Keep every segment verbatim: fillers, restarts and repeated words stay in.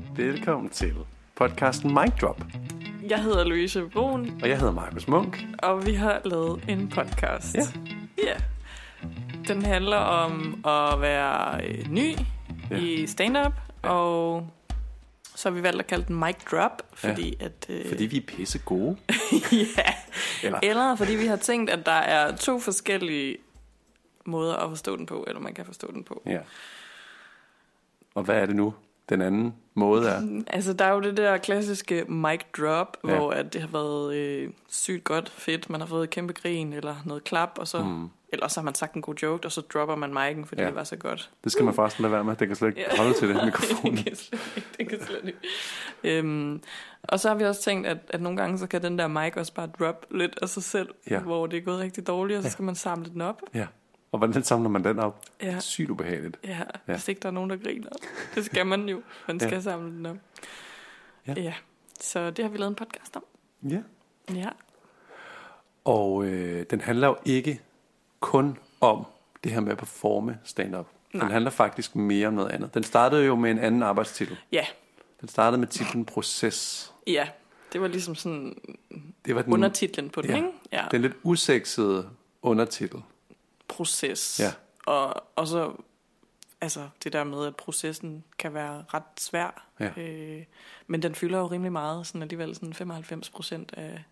Velkommen til podcasten Mic Drop. Jeg hedder Louise Brun. Og jeg hedder Markus Munk. Og vi har lavet en podcast. Ja. Ja. Den handler om at være øh, ny ja. i stand-up. Ja. Og så har vi valgt at kalde den Mic Drop. Fordi, ja. at, øh... fordi vi er pisse gode. ja. Eller... eller fordi vi har tænkt, at der er to forskellige måder at forstå den på. Eller man kan forstå den på. Ja. Og hvad er det nu? Den anden måde er? Altså, der er jo det der klassiske mic drop, ja. hvor at det har været øh, sygt godt, fedt. Man har fået et kæmpe grin eller noget klap, og så, mm. eller så har man sagt en god joke, og så dropper man mic'en, fordi ja. det var så godt. Det skal man forresten lade være med. Det kan slet ikke ja. holde til det mikrofon. det kan slet ikke. Det kan slet ikke. Øhm, og så har vi også tænkt, at, at nogle gange så kan den der mic også bare drop lidt af sig selv, ja. hvor det er gået rigtig dårligt, og så skal ja. man samle den op. Ja. Og hvordan samler man den op? Ja. Det er sygt ubehageligt. Ja, ja, hvis ikke der er nogen, der griner. Det skal man jo. Man skal ja. samle den op. Ja. ja. Så det har vi lavet en podcast om. Ja. Ja. Og øh, den handler jo ikke kun om det her med at performe stand-up. Den Nej. handler faktisk mere om noget andet. Den startede jo med en anden arbejdstitel. Ja. Den startede med titlen Proces. Ja, det var ligesom sådan det var den, undertitlen på den, ja, ikke? Ja. Den lidt usexede undertitel. Proces. Ja. Og, og så altså det der med, at processen kan være ret svær. Ja. Øh, men den fylder jo rimelig meget, sådan alligevel sådan femoghalvfems procent af...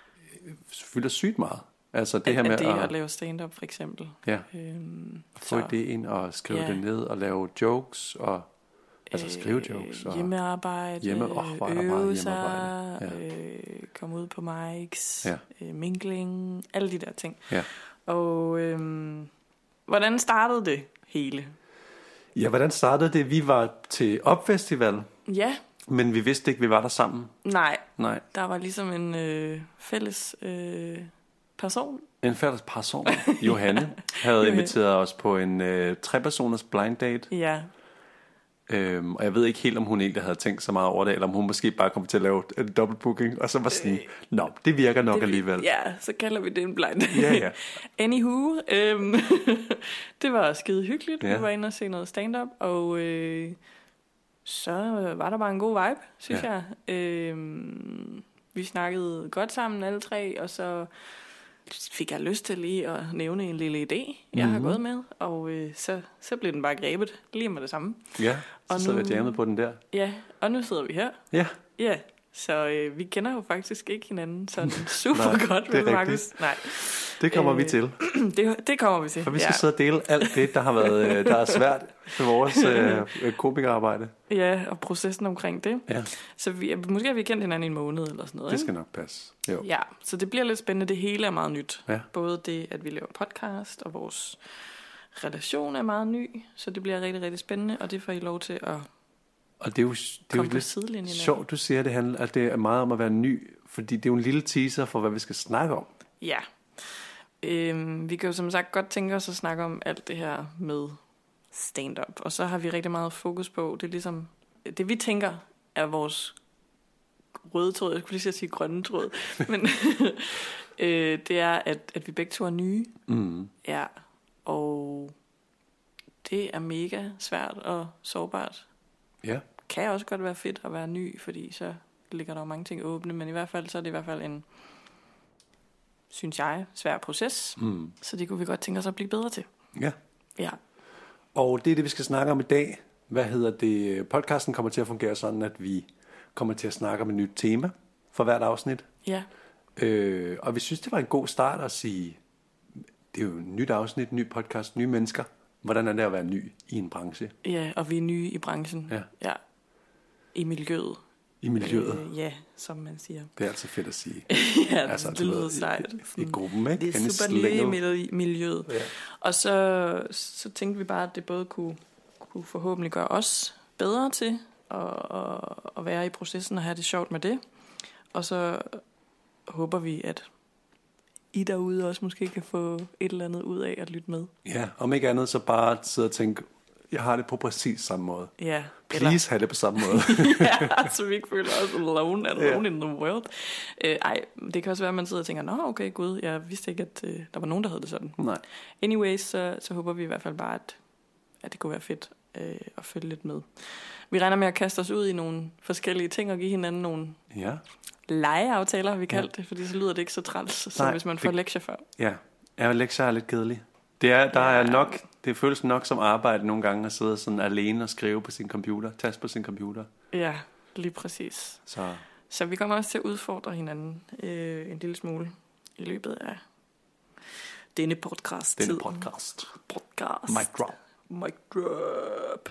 Fylder sygt meget. Altså det af, her med det at, at lave stand-up, for eksempel. Ja. Øhm, få idéen og skrive ja. det ned og lave jokes og altså skrive jokes og hjemmearbejde, hjemme, oh, øve sig, ja. øh, komme ud på mics, ja. øh, mingling, alle de der ting. Ja. Og øhm, hvordan startede det hele? Ja, hvordan startede det? Vi var til opfestival. Ja. Men vi vidste ikke, vi var der sammen. Nej. Nej. Der var ligesom en øh, fælles øh, person. En fælles person. Johanne havde inviteret os på en øh, trepersoners blind date. Ja. Øhm, og jeg ved ikke helt, om hun egentlig havde tænkt så meget over det, eller om hun måske bare kom til at lave en double booking, og så var sådan, øh, nå, det virker nok det, alligevel. Ja, så kalder vi det en blind. Ja, ja. Anywho, øhm, det var skide hyggeligt. Ja. Vi var inde og se noget stand-up, og øh, så var der bare en god vibe, synes ja. jeg. Øhm, vi snakkede godt sammen alle tre, og så fik jeg lyst til lige at nævne en lille idé, jeg mm-hmm. har gået med, og øh, så, så blev den bare grebet lige med det samme. Ja, så og sidder nu, vi jammet på den der. Ja, og nu sidder vi her. Ja. Ja, så øh, vi kender jo faktisk ikke hinanden sådan super Nej, godt, det er Markus. Nej. Det kommer øh, vi til. det, det kommer vi til. For vi skal ja. sidde og dele alt det, der har været, der er svært for vores øh, komikerarbejde. Ja, og processen omkring det. Ja. Så vi, måske har vi kendt hinanden i en måned eller sådan noget. Det skal ikke? nok passe. Jo. Ja, så det bliver lidt spændende. Det hele er meget nyt. Ja. Både det, at vi laver podcast, og vores relation er meget ny. Så det bliver rigtig, rigtig spændende, og det får I lov til at og det er jo, det er jo lidt sjovt, du siger, det handler, at det er meget om at være ny, fordi det er jo en lille teaser for, hvad vi skal snakke om. Ja. Øhm, vi kan jo som sagt godt tænke os at snakke om alt det her med stand-up. Og så har vi rigtig meget fokus på, det er ligesom, det vi tænker er vores røde tråd, jeg skulle lige sige grønne tråd, men øh, det er, at, at vi begge to er nye. Mm. Ja, og det er mega svært og sårbart. Ja. Kan også godt være fedt at være ny, fordi så ligger der jo mange ting åbne, men i hvert fald så er det i hvert fald en, synes jeg, svær proces. Mm. Så det kunne vi godt tænke os at blive bedre til. Ja. Ja. Og det er det, vi skal snakke om i dag. Hvad hedder det? Podcasten kommer til at fungere sådan, at vi kommer til at snakke om et nyt tema for hvert afsnit. Ja. Øh, og vi synes, det var en god start at sige, det er jo et nyt afsnit, ny podcast, nye mennesker. Hvordan er det at være ny i en branche? Ja, og vi er nye i branchen. Ja. Ja. I miljøet. I miljøet? Øh, ja, som man siger. Det er altid fedt at sige. ja, altså, det lyder sejt. I, i gruppen, ikke? Det er super nye i miljøet. Ja. Og så, så tænkte vi bare, at det både kunne, kunne forhåbentlig gøre os bedre til at, at, at være i processen og have det sjovt med det. Og så håber vi, at I derude også måske kan få et eller andet ud af at lytte med. Ja, om ikke andet så bare sidde og tænke, jeg har det på præcis samme måde. Ja. Please eller... have det på samme måde. ja, så vi ikke føler os alone, alone yeah. in the world. Øh, ej, det kan også være, at man sidder og tænker, nå okay, gud, jeg vidste ikke, at øh, der var nogen, der havde det sådan. Nej. Anyways, så, så håber vi i hvert fald bare, at, at det kunne være fedt øh, at følge lidt med. Vi regner med at kaste os ud i nogle forskellige ting og give hinanden nogle ja. legeaftaler, har vi kaldt ja. det, fordi så lyder det ikke så træls, som hvis man får det, lektier før. Ja, ja, lektier er lidt kedelige. Det er, der ja. er nok, det føles nok som arbejde nogle gange at sidde sådan alene og skrive på sin computer, taste på sin computer. Ja, lige præcis. Så, så vi kommer også til at udfordre hinanden øh, en lille smule i løbet af denne podcast. Denne podcast. Podcast. Mic drop. Mic drop.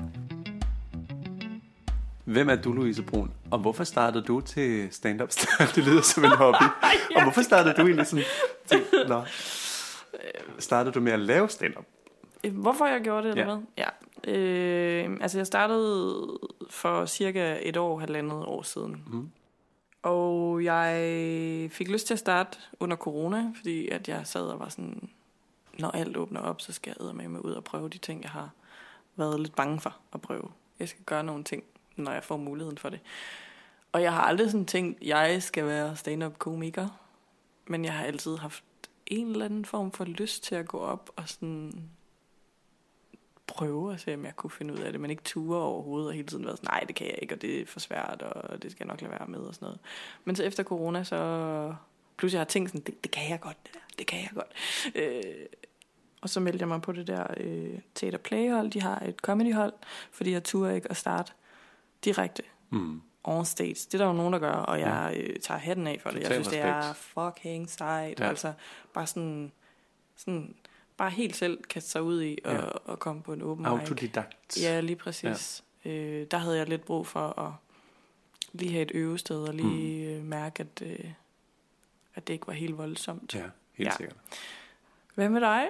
Hvem er du, Louise Brun? Og hvorfor startede du til stand-up? Det lyder som en hobby. ja, og hvorfor startede du egentlig sådan til, nå, startede du med at lave stand-up? Hvorfor jeg gjorde det, eller ja. hvad? Ja. Øh, altså, jeg startede for cirka et år, halvandet år siden. Mm. Og jeg fik lyst til at starte under corona, fordi at jeg sad og var sådan, når alt åbner op, så skal jeg eddermame ud og prøve de ting, jeg har været lidt bange for at prøve. Jeg skal gøre nogle ting, når jeg får muligheden for det. Og jeg har aldrig sådan tænkt, jeg skal være stand-up komiker, men jeg har altid haft en eller anden form for lyst til at gå op og sådan prøve at se, om jeg kunne finde ud af det, men ikke ture overhovedet, og hele tiden været sådan, nej, det kan jeg ikke, og det er for svært, og det skal jeg nok lade være med, og sådan noget. Men så efter corona, så pludselig har jeg tænkt sådan, det, det kan jeg godt, det der, det kan jeg godt. Øh, og så meldte jeg mig på det der øh, Teater Play-hold, de har et comedy-hold, fordi jeg turde ikke at starte direkte mm. on stage. Det er der jo nogen, der gør, og jeg øh, tager hatten af for det. Jeg synes, respekt. Det er fucking sejt. Ja. Altså, bare sådan, sådan, bare helt selv kaste sig ud i og, ja. og komme på en åben mic. Autodidakt. Ja, lige præcis. Ja. Øh, der havde jeg lidt brug for at lige have et øvested og lige mm. mærke, at, øh, at det ikke var helt voldsomt. Ja, helt ja. sikkert. Hvad med dig?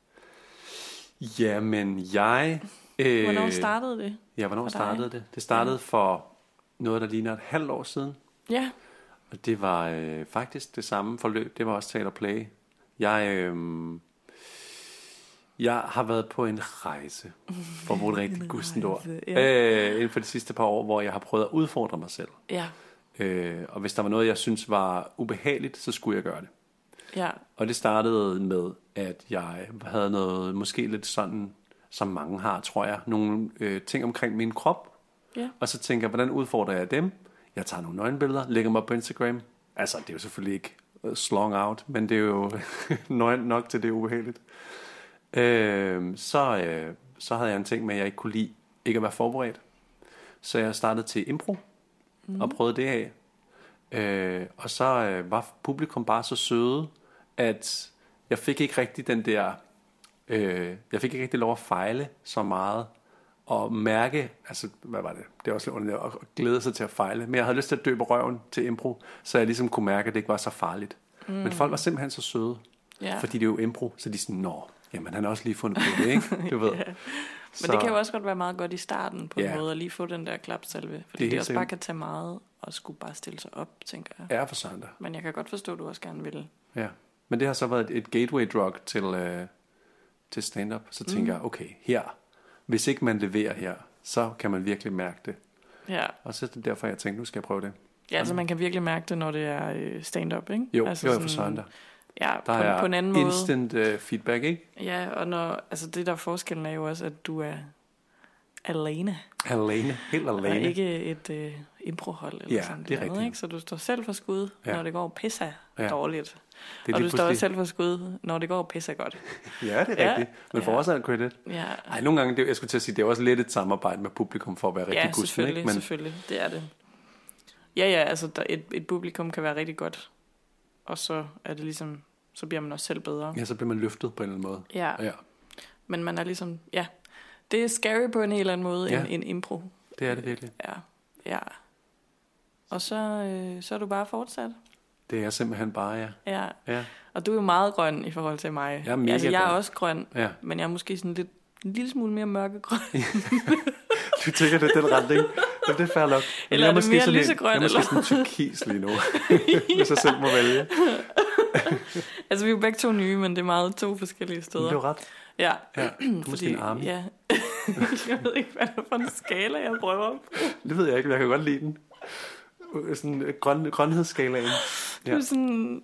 Jamen, jeg... Øh, hvornår startede det? Ja, hvornår startede det? Det startede ja. for noget, der ligner et halvt år siden. Ja. Og det var øh, faktisk det samme forløb. Det var også Teater Play. Jeg, øh, jeg har været på en rejse, for at bruge et rigtig gustent ord, ja. øh, inden for de sidste par år, hvor jeg har prøvet at udfordre mig selv. Ja. Øh, og hvis der var noget, jeg synes var ubehageligt, så skulle jeg gøre det. Ja. Og det startede med, at jeg havde noget, måske lidt sådan, som mange har, tror jeg, nogle øh, ting omkring min krop. Ja. Og så tænker jeg, hvordan udfordrer jeg dem? Jeg tager nogle nøgenbilleder, lægger dem op på Instagram. Altså, det er jo selvfølgelig ikke slong out, men det er jo nøgen nok til det er ubehageligt. Øh, så, øh, så havde jeg en ting med, at jeg ikke kunne lide ikke at være forberedt. Så jeg startede til impro mm. og prøvede det af. Øh, og så øh, var publikum bare så søde, at jeg fik ikke rigtig den der øh, jeg fik ikke rigtig lov at fejle så meget og mærke, altså hvad var det det er også lidt underligt at glæde sig til at fejle, men jeg havde lyst til at døbe røven til impro, så jeg ligesom kunne mærke, at det ikke var så farligt. mm. Men folk var simpelthen så søde, yeah. fordi det er jo impro, så de sådan, nå, jamen han har også lige fundet på det, ikke? Du ved. yeah. Men det kan jo også godt være meget godt i starten på yeah. en måde at lige få den der klapsalve, fordi det, det også bare kan tage meget og skulle bare stille sig op, tænker jeg. Ja, for sådan der. Men jeg kan godt forstå, at du også gerne vil. Ja, men det har så været et, et gateway drug til, øh, til stand-up. Så tænker mm. jeg, okay, her, hvis ikke man leverer her, så kan man virkelig mærke det. Ja. Og så er det derfor, jeg tænkte, nu skal jeg prøve det. Ja, altså man kan virkelig mærke det, når det er øh, stand-up, ikke? Jo, altså jo sådan, for sådan der. Ja, der på, er på en anden måde. Instant uh, feedback, ikke? Ja, og når, altså det der forskellen er jo også, at du er alene. Alene, helt alene. Og ikke et øh, improhold eller ja, sådan det er noget, ikke? Så du står selv for skud, ja. når det går pisse ja. dårligt. Det og du står også selv for skud, når det går pisse godt. Ja, det er ja. rigtigt. Men for ja. os er det credit. Ja. Ej, nogle gange, det, jeg skulle til at sige, det er også lidt et samarbejde med publikum for at være rigtig ja, gusten, ikke? selvfølgelig, Men... selvfølgelig. Det er det. Ja, ja, altså der, et, et publikum kan være rigtig godt. Og så er det ligesom, så bliver man også selv bedre. Ja, så bliver man løftet på en eller anden måde. Ja. ja. Men man er ligesom, ja, det er scary på en helt anden måde ja. end en impro. Det er det virkelig. Ja, ja. Og så, øh, så er du bare fortsat. Det er simpelthen bare, ja. Ja. ja. Og du er jo meget grøn i forhold til mig. Jeg er mega altså, jeg er grøn. også grøn, ja. men jeg er måske sådan lidt, en lille smule mere mørkegrøn. Du tænker, det er den retning. Det er fair nok. Eller er det mere lysegrøn? Jeg er måske sådan turkis lige nu, hvis jeg selv må vælge. Altså, vi er jo begge to nye, men det er meget to forskellige steder. Men det er ret. Ja. ja. Du er måske en army. Ja. Jeg ved ikke, hvad det er for en skala, jeg prøver op. Det ved jeg ikke, men jeg kan godt lide den. Sådan grøn, grønhedsskalaen. Ja. Du er sådan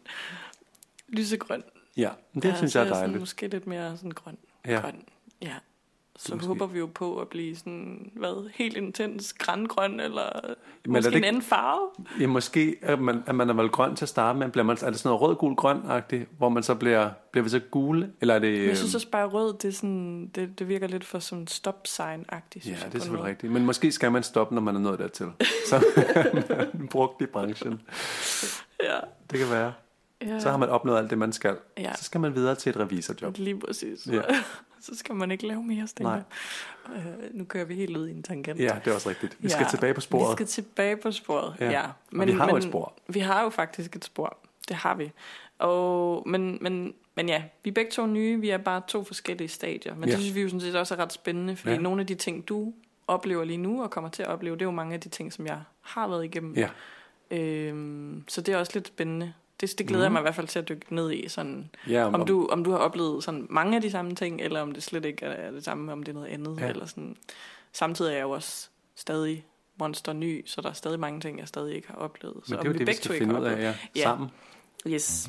lysegrøn. Ja, det ja, synes jeg er dejligt. Sådan, måske lidt mere sådan grøn. Ja. grøn. Ja. så måske. håber vi jo på at blive sådan, hvad, helt intens grængrøn, eller Men måske det, en anden farve. Ja, måske er man, er man er vel grøn til at starte med. Bliver man, er det sådan noget rød-gul-grøn-agtigt, hvor man så bliver, bliver vi så gule? Eller er det, Men jeg synes også bare rød, det, er sådan, det, det virker lidt for som stop-sign-agtigt. Ja, synes jeg, det er på selvfølgelig noget. rigtigt. Men måske skal man stoppe, når man er nået dertil. Så er man brugt i branchen. Ja. Det kan være. Ja. Så har man opnået alt det, man skal. Ja. Så skal man videre til et revisorjob. Lige præcis. Ja. Så skal man ikke lave mere stand. Nej. Uh, nu kører vi helt ud i en tangent. Ja, det er også rigtigt. Vi skal Ja, tilbage på sporet. Vi skal tilbage på sporet, Ja. ja. Men, vi har jo et spor. Vi har jo faktisk et spor. Det har vi. Og, men, men, men ja, vi er begge to nye. Vi er bare to forskellige stadier. Men Ja. det synes vi jo sådan set også er ret spændende. Fordi Ja. nogle af de ting, du oplever lige nu og kommer til at opleve, det er jo mange af de ting, som jeg har været igennem. Ja. Øhm, så det er også lidt spændende. Det, det glæder Mhm. jeg mig i hvert fald til at dykke ned i. Sådan, Ja, om, du, om du har oplevet sådan mange af de samme ting, eller om det slet ikke er det samme, om det er noget andet. Ja. Eller sådan. Samtidig er jeg jo også stadig monster ny, så der er stadig mange ting, jeg stadig ikke har oplevet. Så Men det er om jo det, vi skal to finde har ud af oplevet. ja. Ja. sammen. Yes.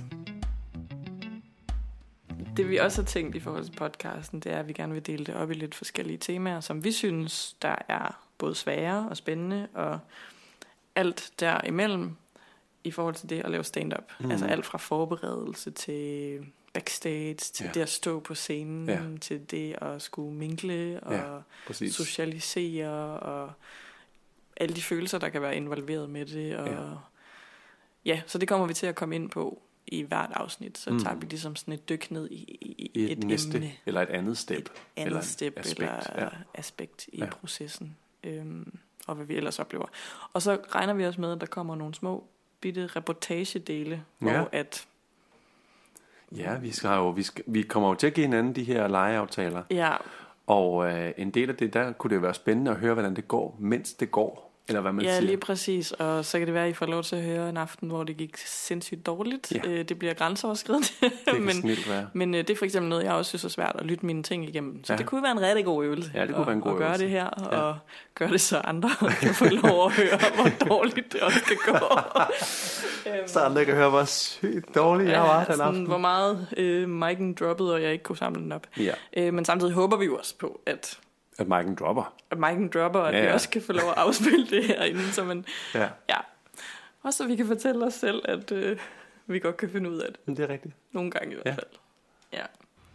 Det vi også har tænkt i forhold til podcasten, det er, at vi gerne vil dele det op i lidt forskellige temaer, som vi synes, der er både svære og spændende, og alt derimellem i forhold til det at lave stand-up. Mhm. Mm. Altså alt fra forberedelse til backstage, til Ja. det at stå på scenen, Ja. til det at skulle mingle og Ja, præcis. socialisere, og alle de følelser, der kan være involveret med det. Og Ja. ja, så det kommer vi til at komme ind på i hvert afsnit. Så Mm. tager vi ligesom sådan et dyk ned i, i, I et, et næste, emne, eller et andet step. et andet eller step aspekt, eller ja. aspekt i Ja. processen. Øhm, og hvad vi ellers oplever. Og så regner vi også med, at der kommer nogle små bitte reportagedele, Ja. hvor at Ja, vi, skal jo, vi, skal, vi kommer jo til at give hinanden de her legeaftaler. ja, Og øh, en del af det, der kunne det jo være spændende at høre, hvordan det går, mens det går. Eller hvad man ja, siger. lige præcis. Og så kan det være, at I får lov til at høre en aften, hvor det gik sindssygt dårligt. Ja. Øh, det bliver grænseoverskridende. Det kan men snilt være. men øh, det er for eksempel noget, jeg også synes er svært at lytte mine ting igennem. Så Ja. det kunne være en rigtig god øvelse. Ja, det kunne at, være en god at gøre øvelse. det her, Ja. og gøre det så andre kan få lov at høre, hvor dårligt det også kan gå. Øhm, Så andre kan høre, hvor sygt dårlig jeg var den sådan, aften. hvor meget øh, mic'en droppede, og jeg ikke kunne samle den op. Ja, Øh, men samtidig håber vi jo også på, at, at Mike'en dropper. at mic'en dropper, og at Ja, vi ja. også kan få lov at afspille det herinde. Så man, Ja, ja. Og så vi kan fortælle os selv, at øh, vi godt kan finde ud af det. men det er rigtigt. Nogle gange i hvert Ja. fald. Ja.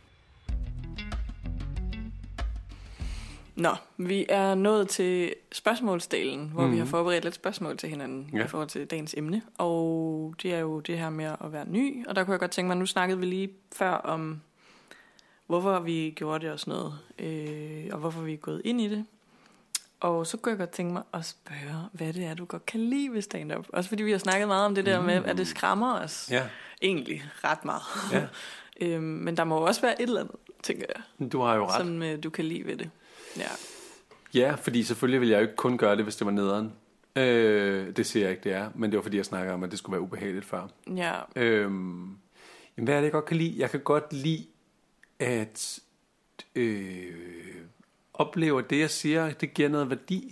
Nå, vi er nået til spørgsmålsdelen, hvor mm. vi har forberedt lidt spørgsmål til hinanden Ja. i forhold til dagens emne. Og det er jo det her med at være ny. Og der kunne jeg godt tænke mig, nu snakkede vi lige før om, hvorfor vi gjorde det og sådan noget. Øh, og hvorfor vi er gået ind i det. Og så kunne jeg godt tænke mig at spørge, hvad det er, du godt kan lide ved stand-up. Også fordi vi har snakket meget om det der med, at det skræmmer os. Ja, Egentlig ret meget. ja. øhm, men der må jo også være et eller andet, tænker jeg, Du har jo ret. som øh, du kan lide ved det. Ja. Ja, fordi selvfølgelig ville jeg jo ikke kun gøre det, hvis det var nederen. Øh, det siger jeg ikke, det er. Men det var fordi, jeg snakker om, at det skulle være ubehageligt før. Ja. Øhm, jamen, hvad er det, jeg godt kan lide? Jeg kan godt lide at øh, opleve, at det, jeg siger, det giver noget værdi.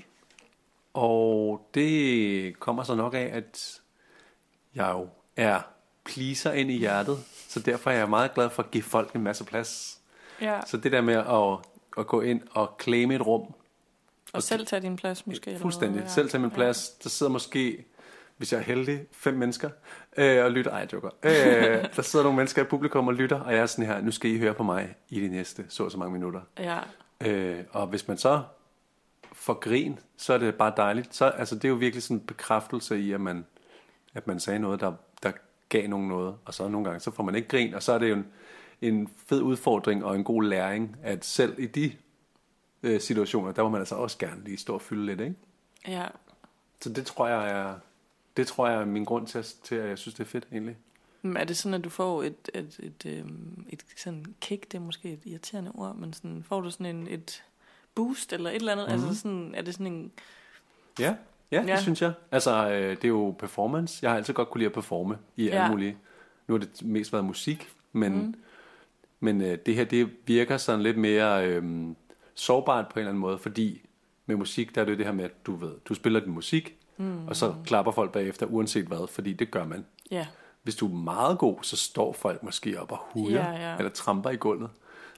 Og det kommer så nok af, at jeg jo er pleaser ind i hjertet. Så derfor er jeg meget glad for at give folk en masse plads. Ja. Så det der med at, at gå ind og claime et rum, Og selv tage din plads måske. Eller fuldstændig. noget, ja. Selv tage min plads. Der sidder måske, hvis jeg er heldig, fem mennesker øh, og lytter. Ej, jeg joker. Øh, der sidder nogle mennesker i publikum og lytter, og jeg er sådan her, nu skal I høre på mig i de næste så og så mange minutter. Ja. Øh, og hvis man så får grin, så er det bare dejligt. Så, altså, det er jo virkelig sådan en bekræftelse i, at man, at man sagde noget, der, der gav nogen noget. Og så nogle gange, så får man ikke grin, og så er det jo en, en fed udfordring og en god læring, at selv i de øh, situationer, der må man altså også gerne lige stå og fylde lidt, ikke? Ja. Så det tror jeg er, det tror jeg er min grund til, at, til, at jeg synes, det er fedt, egentlig. Men er det sådan, at du får et, et, et, et, et sådan kick, det er måske et irriterende ord, men sådan, får du sådan en, et boost eller et eller andet? Mm-hmm. Altså sådan, er det sådan en... Ja, ja, det Ja. synes jeg. Altså, øh, det er jo performance. Jeg har altid godt kunne lide at performe i Ja. alle mulige. Nu har det mest været musik, men, Mm. men øh, det her, det virker sådan lidt mere øh, sårbart på en eller anden måde, fordi med musik, der er det jo det her med, at du ved, du spiller din musik, mm. og så klapper folk bagefter, uanset hvad, fordi det gør man. Ja. Hvis du er meget god, så står folk måske op og hujer, Ja, ja. eller tramper i gulvet.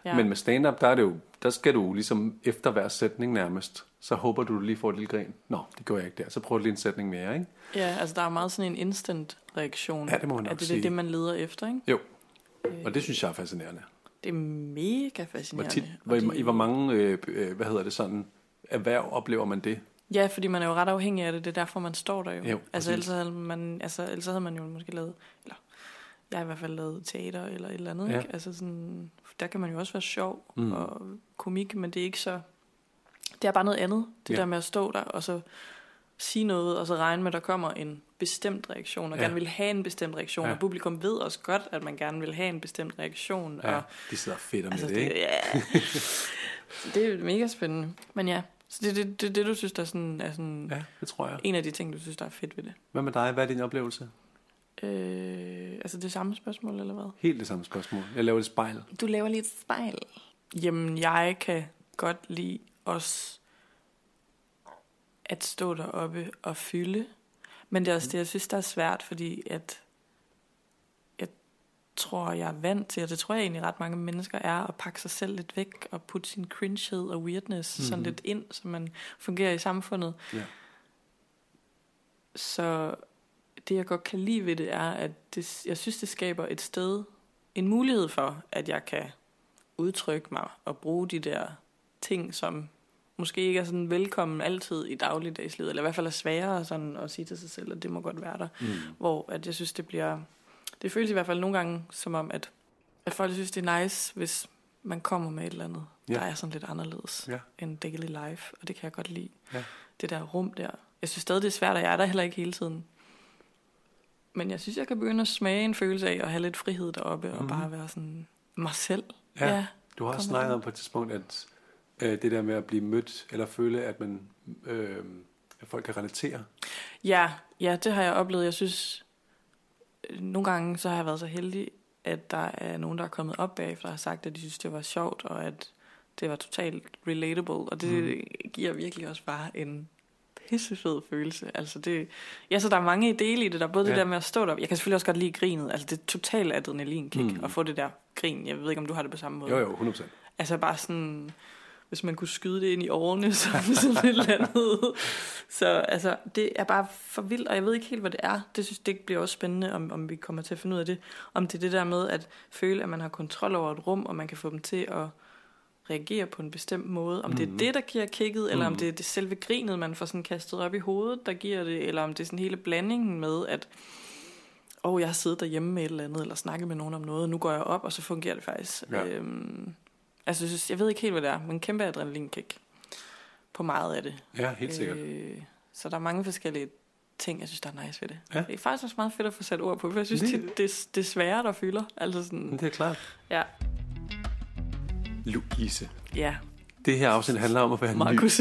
Ja. Men med stand-up, der, er det jo, der skal du ligesom efter hver sætning nærmest, så håber du, du lige får et lille grin. Nå, det gør jeg ikke der. Så prøver du lige en sætning mere, ikke? Ja, altså der er meget sådan en instant reaktion. Ja, det må man nok at det, sige. det er det, man leder efter, ikke? Jo, og det synes jeg er fascinerende. Det er mega fascinerende. Hvor tit, hvor, det... I hvor mange, øh, øh, hvad hedder det sådan, erhverv oplever man det? Ja, fordi man er jo ret afhængig af det. Det er derfor, man står der jo. jo altså, ellers havde man, altså, ellers havde man jo måske lavet, eller jeg har i hvert fald lavet teater eller et eller andet. Ja. Ikke? Altså sådan, der kan man jo også være sjov mm. og komik, men det er ikke så... Det er bare noget andet. Det ja. der med at stå der og så sige noget, og så regne med, at der kommer en bestemt reaktion, og ja. gerne vil have en bestemt reaktion, ja. og publikum ved også godt, at man gerne vil have en bestemt reaktion. Ja, og, de sidder fedt med altså, det, ikke? Ja. Det er mega spændende. Men ja, så det er det, det, det, du synes, der er, sådan, er sådan ja, det tror jeg. En af de ting, du synes, der er fedt ved det. Hvad med dig? Hvad er din oplevelse? Øh, altså det samme spørgsmål, eller hvad? Helt det samme spørgsmål. Jeg laver et spejl. Du laver lige et spejl. Jamen, jeg kan godt lide også at stå deroppe og fylde. Men det er også det, jeg synes, der er svært, fordi at jeg tror, jeg er vant til, og det tror jeg egentlig ret mange mennesker er, at pakke sig selv lidt væk og putte sin cringehed og weirdness mm-hmm. sådan lidt ind, så man fungerer i samfundet. Ja. Så det, jeg godt kan lide ved det, er, at det, jeg synes, det skaber et sted, en mulighed for, at jeg kan udtrykke mig og bruge de der ting, som måske ikke er sådan velkommen altid i dagligdagslivet, eller i hvert fald er sværere sådan at sige til sig selv, at det må godt være der. Mm. Hvor at jeg synes, det bliver... Det føles i hvert fald nogle gange som om, at, at folk synes, det er nice, hvis man kommer med et eller andet, ja. der er sådan lidt anderledes ja. end daily life, og det kan jeg godt lide. Ja. Det der rum der. Jeg synes stadig, det er svært, og jeg er der heller ikke hele tiden. Men jeg synes, jeg kan begynde at smage en følelse af at have lidt frihed deroppe, mm. og bare være sådan mig selv. Ja, ja du har også snakket om på et tidspunkt, at øh, det der med at blive mødt, eller føle, at man øh, at folk kan relatere. Ja, ja, det har jeg oplevet. Jeg synes, nogle gange så har jeg været så heldig, at der er nogen, der er kommet op bagefter og har sagt, at de synes, det var sjovt, og at det var totalt relatable, og det mm. giver virkelig også bare en pissefed følelse. Altså det, ja, så der er mange dele i det, der både ja. det der med at stå der. Jeg kan selvfølgelig også godt lide grinet. Altså det er totalt adrenalinkick mm. at få det der grin. Jeg ved ikke, om du har det på samme måde. Jo, jo, hundrede procent. Altså bare sådan, hvis man kunne skyde det ind i årene, så sådan et eller andet. Så altså, det er bare for vildt, og jeg ved ikke helt, hvad det er. Det synes det bliver også spændende, om, om vi kommer til at finde ud af det. Om det er det der med at føle, at man har kontrol over et rum, og man kan få dem til at reagere på en bestemt måde. Om mm. det er det, der giver kicket, eller mm. om det er det selve grinet, man får sådan kastet op i hovedet, der giver det, eller om det er sådan hele blandingen med, at åh, oh, jeg har siddet derhjemme med et eller andet, eller snakket med nogen om noget, og nu går jeg op, og så fungerer det faktisk. Ja. Øhm, altså, jeg, synes, jeg ved ikke helt, hvad det er, men en kæmpe adrenalinkick på meget af det. Ja, helt sikkert. Øh, så der er mange forskellige ting, jeg synes, der er nice ved det. Ja. Det er faktisk også meget fedt at få sat ord på, for jeg synes, det, det, det, det er svære, der fylder. Altså sådan, det er klart. Ja. Louise. Ja. Det her afsnit handler om at være Markus. ny.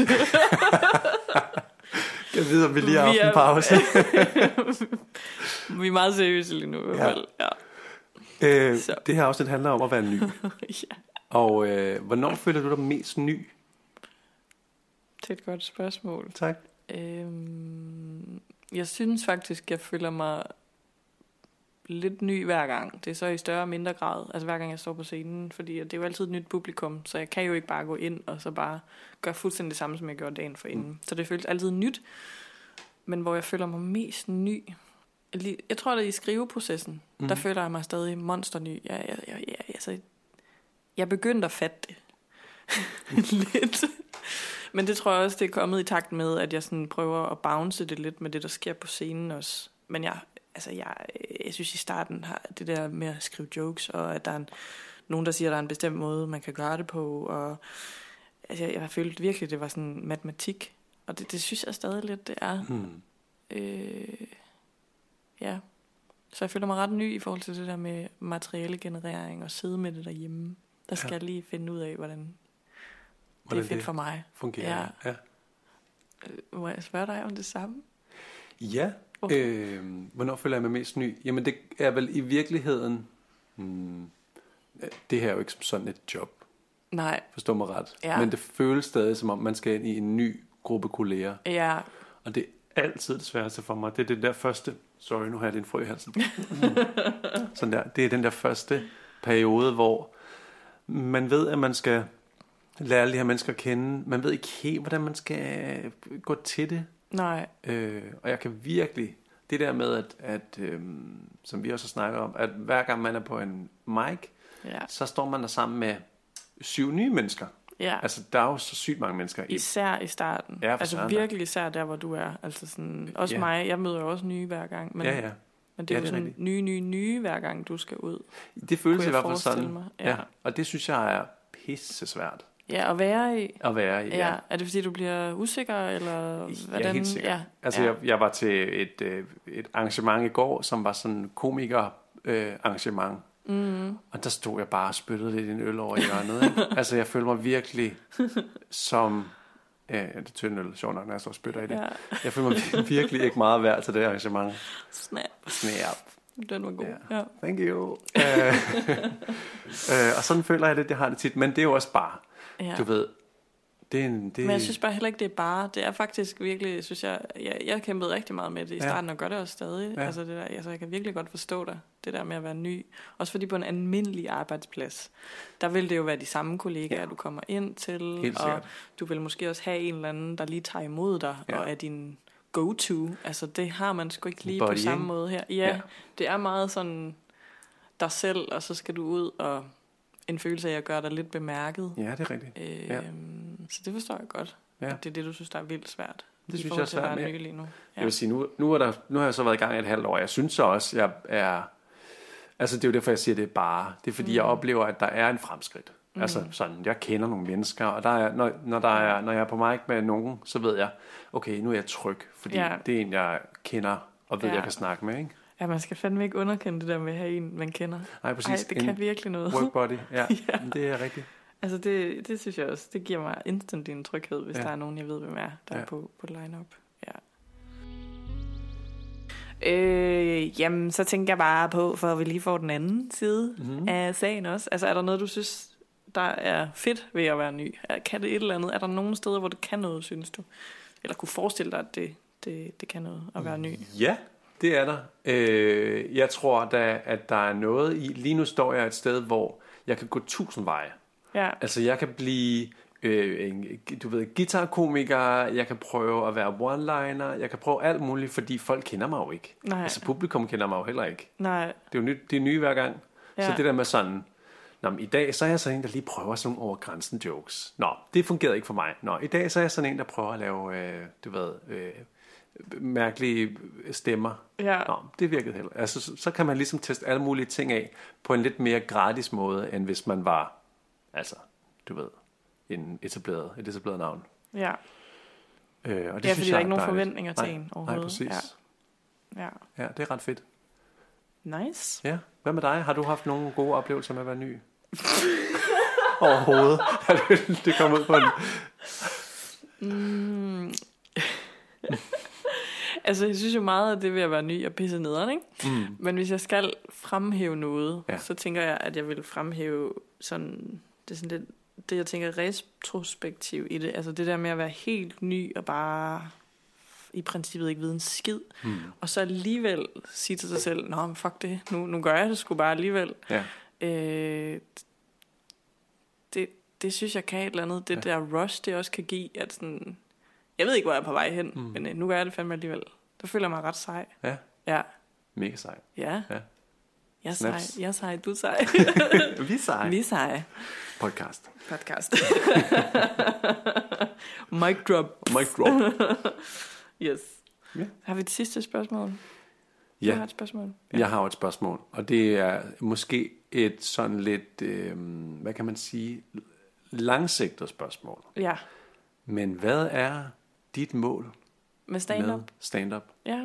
Jeg ved, om vi lige har haft en pause. Vi er meget seriøse lige nu i hvert fald. Ja. Øh, det her afsnit handler om at være ny. Ja. Og øh, hvornår føler du dig mest ny? Det er et godt spørgsmål. Tak. Øhm, jeg synes faktisk, jeg føler mig lidt ny hver gang. Det er så i større og mindre grad. Altså hver gang jeg står på scenen. Fordi det er jo altid et nyt publikum. Så jeg kan jo ikke bare gå ind og så bare gøre fuldstændig det samme, som jeg gjorde dagen forinden. Mm. Så det føles altid nyt. Men hvor jeg føler mig mest ny. Jeg tror, at i skriveprocessen, mm. der føler jeg mig stadig monsterny. Jeg, jeg, jeg, jeg, altså, jeg begyndte at fatte det. Lidt. Men det tror jeg også, det er kommet i takt med, at jeg sådan prøver at bounce det lidt med det, der sker på scenen også. Men jeg, altså jeg, jeg synes i starten har det der med at skrive jokes, og at der er en, nogen, der siger, at der er en bestemt måde, man kan gøre det på. Og altså jeg, jeg følte virkelig, det var sådan matematik. Og det, det synes jeg stadig lidt, det er. Hmm. Øh, ja. Så jeg føler mig ret ny i forhold til det der med materielle generering og sidde med det derhjemme. Der skal ja. jeg lige finde ud af, hvordan... Det er fedt det for mig. Fungerer. Ja. Ja. Må jeg spørge dig om det samme? Ja. Okay. Øh, hvornår føler jeg mig mest ny? Jamen det er vel i virkeligheden... Hmm, det her er jo ikke som sådan et job. Nej. Forstår mig ret. Ja. Men det føles stadig som om, man skal ind i en ny gruppe kolleger. Ja. Og det er altid det sværeste for mig. Det er det der første... Sorry, nu har jeg lidt frø i halsen. Sådan der. Det er den der første periode, hvor... man ved, at man skal lære alle de her mennesker at kende. Man ved ikke helt, hvordan man skal gå til det. Nej. Øh, og jeg kan virkelig, det der med, at, at øh, som vi også snakker om, at hver gang man er på en mic, Ja. så står man der sammen med syv nye mennesker. Ja. Altså, der er jo så sygt mange mennesker. I, Især i starten. Ja, for altså søren, virkelig især der, hvor du er. Altså sådan, også Ja. mig, jeg møder jo også nye hver gang. Men, ja, ja. men det er Ja, jo det er sådan rigtigt. nye, nye, nye hver gang, du skal ud. Det føles Kunne i jeg hvert fald forestille sådan. mig. Ja. Ja. Og det synes jeg er pisse svært Ja, at være i. at være i. Ja. Er det fordi, du bliver usikker, eller hvordan? Ja, helt sikkert. Ja. Altså, ja. jeg, jeg var til et, øh, et arrangement i går, som var sådan en komiker-arrangement. Mm. Og der stod jeg bare og spyttede lidt en øl over i hjørnet. Ikke? Altså, jeg følte mig virkelig som... Ja, det tynde øl, sjovt nok, når jeg står og spytter i det. Ja. Jeg følte mig virkelig ikke meget værd til det arrangement. Snap. Snap. Den var god. Ja. Ja. Thank you. øh, øh, og sådan føler jeg lidt, jeg har det tit. Men det er jo også bare, Ja. du ved... Det er en, det... Men jeg synes bare heller ikke, det er bare. Det er faktisk virkelig, synes jeg, jeg, jeg kæmpede rigtig meget med det i starten, ja. Og gør det også stadig. Ja. Altså, det der, altså, jeg kan virkelig godt forstå dig, det der med at være ny. Også fordi på en almindelig arbejdsplads, der vil det jo være de samme kollegaer, ja. Du kommer ind til. Helt og sikkert. du vil måske også have en eller anden, der lige tager imod dig, Ja. og er din go-to. Altså, det har man sgu ikke lige Body, på samme ikke? måde her. Ja, Ja. det er meget sådan dig selv, og så skal du ud og en følelse af at gøre dig lidt bemærket. Ja, det er rigtigt. Øh, Ja. Så det forstår jeg godt. Ja. Ja. Det er det, du synes, der er vildt svært. Det i synes forhold jeg er til at svært være med. ny lige nu. Ja. Jeg vil sige, nu, nu, er der, nu har jeg så været i gang i et halvt år. Jeg synes så også, jeg er... Altså, det er jo derfor, jeg siger, det er bare. Det er fordi, mm. jeg oplever, at der er en fremskridt. Mm. Altså, sådan, jeg kender nogle mennesker, og der er, når, når, der er, når jeg er på mic med nogen, så ved jeg, okay, nu er jeg tryg, fordi Ja. det er en, jeg kender, og ved, Ja. jeg kan snakke med, ikke? Ja, man skal fandme ikke underkende det der med at have en, man kender. Nej, præcis. Ej, det kan virkelig noget. Work body, ja. Ja. Det er rigtigt. Altså, det, det synes jeg også, det giver mig instant en tryghed, hvis Ja. der er nogen, jeg ved, hvem er, der Ja. er på, på line-up. Ja. Øh, jamen, så tænker jeg bare på, for at vi lige får den anden side Mhm. af sagen også. Altså, er der noget, du synes, der er fedt ved at være ny? Er- Kan det et eller andet? Er der nogle steder, hvor det kan noget, synes du? Eller kunne forestille dig, at det, det, det kan noget at være ny? Ja, det er der. Øh, jeg tror, da, at der er noget i... Lige nu står jeg et sted, hvor jeg kan gå tusind veje. Ja, Altså, jeg kan blive... Øh, en, du ved, guitarkomiker, jeg kan prøve at være one-liner, jeg kan prøve alt muligt, fordi folk kender mig jo ikke. nej, Altså, publikum kender mig jo heller ikke. nej. Det er jo nyt, det er nye hver gang. Ja. Så Ja. det der med sådan, nå, men i dag så er jeg sådan en, der lige prøver sådan nogle over grænsen jokes. Nå, det fungerede ikke for mig. Nå, i dag så er jeg sådan en, der prøver at lave, øh, du ved, øh, mærkelige stemmer. Ja. Nå, det virkede heller. Altså, så, så kan man ligesom teste alle mulige ting af på en lidt mere gratis måde, end hvis man var, altså, du ved, en etableret, et etableret navn. Ja, Øh, og det ja synes fordi jeg der er ikke nogen dejligt. forventninger til Nej, en Nej, overhovedet. præcis. Ja. Ja. Ja, det er ret fedt. Nice. Ja, hvad med dig? Har du haft nogle gode oplevelser med at være ny? Overhovedet. Det kom ud på en... Mm. Altså, jeg synes jo meget, at det ved at være ny og pisse nederen, ikke? Mm. Men hvis jeg skal fremhæve noget, Ja. ja. så tænker jeg, at jeg vil fremhæve sådan, det er sådan lidt, det jeg tænker retrospektiv i det. Altså det der med at være helt ny og bare i princippet ikke vide en skid. Mm. Og så alligevel sige til sig selv, nå, men fuck det, nu, nu gør jeg det sgu bare alligevel. Ja. Øh, det, det synes jeg kan et eller andet. Det Ja. ja. der rush, det også kan give, at sådan, jeg ved ikke, hvor jeg er på vej hen, Mm. mm. men øh, nu gør jeg det fandme alligevel. Der føler jeg mig ret sej. Ja. Ja. Mega sej. Ja. Ja. Jeg er sej, Snaps. jeg er sej, du er sej. Vi er sej. Vi er seje. Podcast. Podcast. Mic drop. Mic drop. Yes. Ja. Har vi et sidste spørgsmål? Du Ja, har et spørgsmål? jeg har jo et spørgsmål. Og det er måske et sådan lidt, øh, hvad kan man sige, langsigtet spørgsmål. Ja. Men hvad er dit mål Med stand-up? med stand-up? Ja.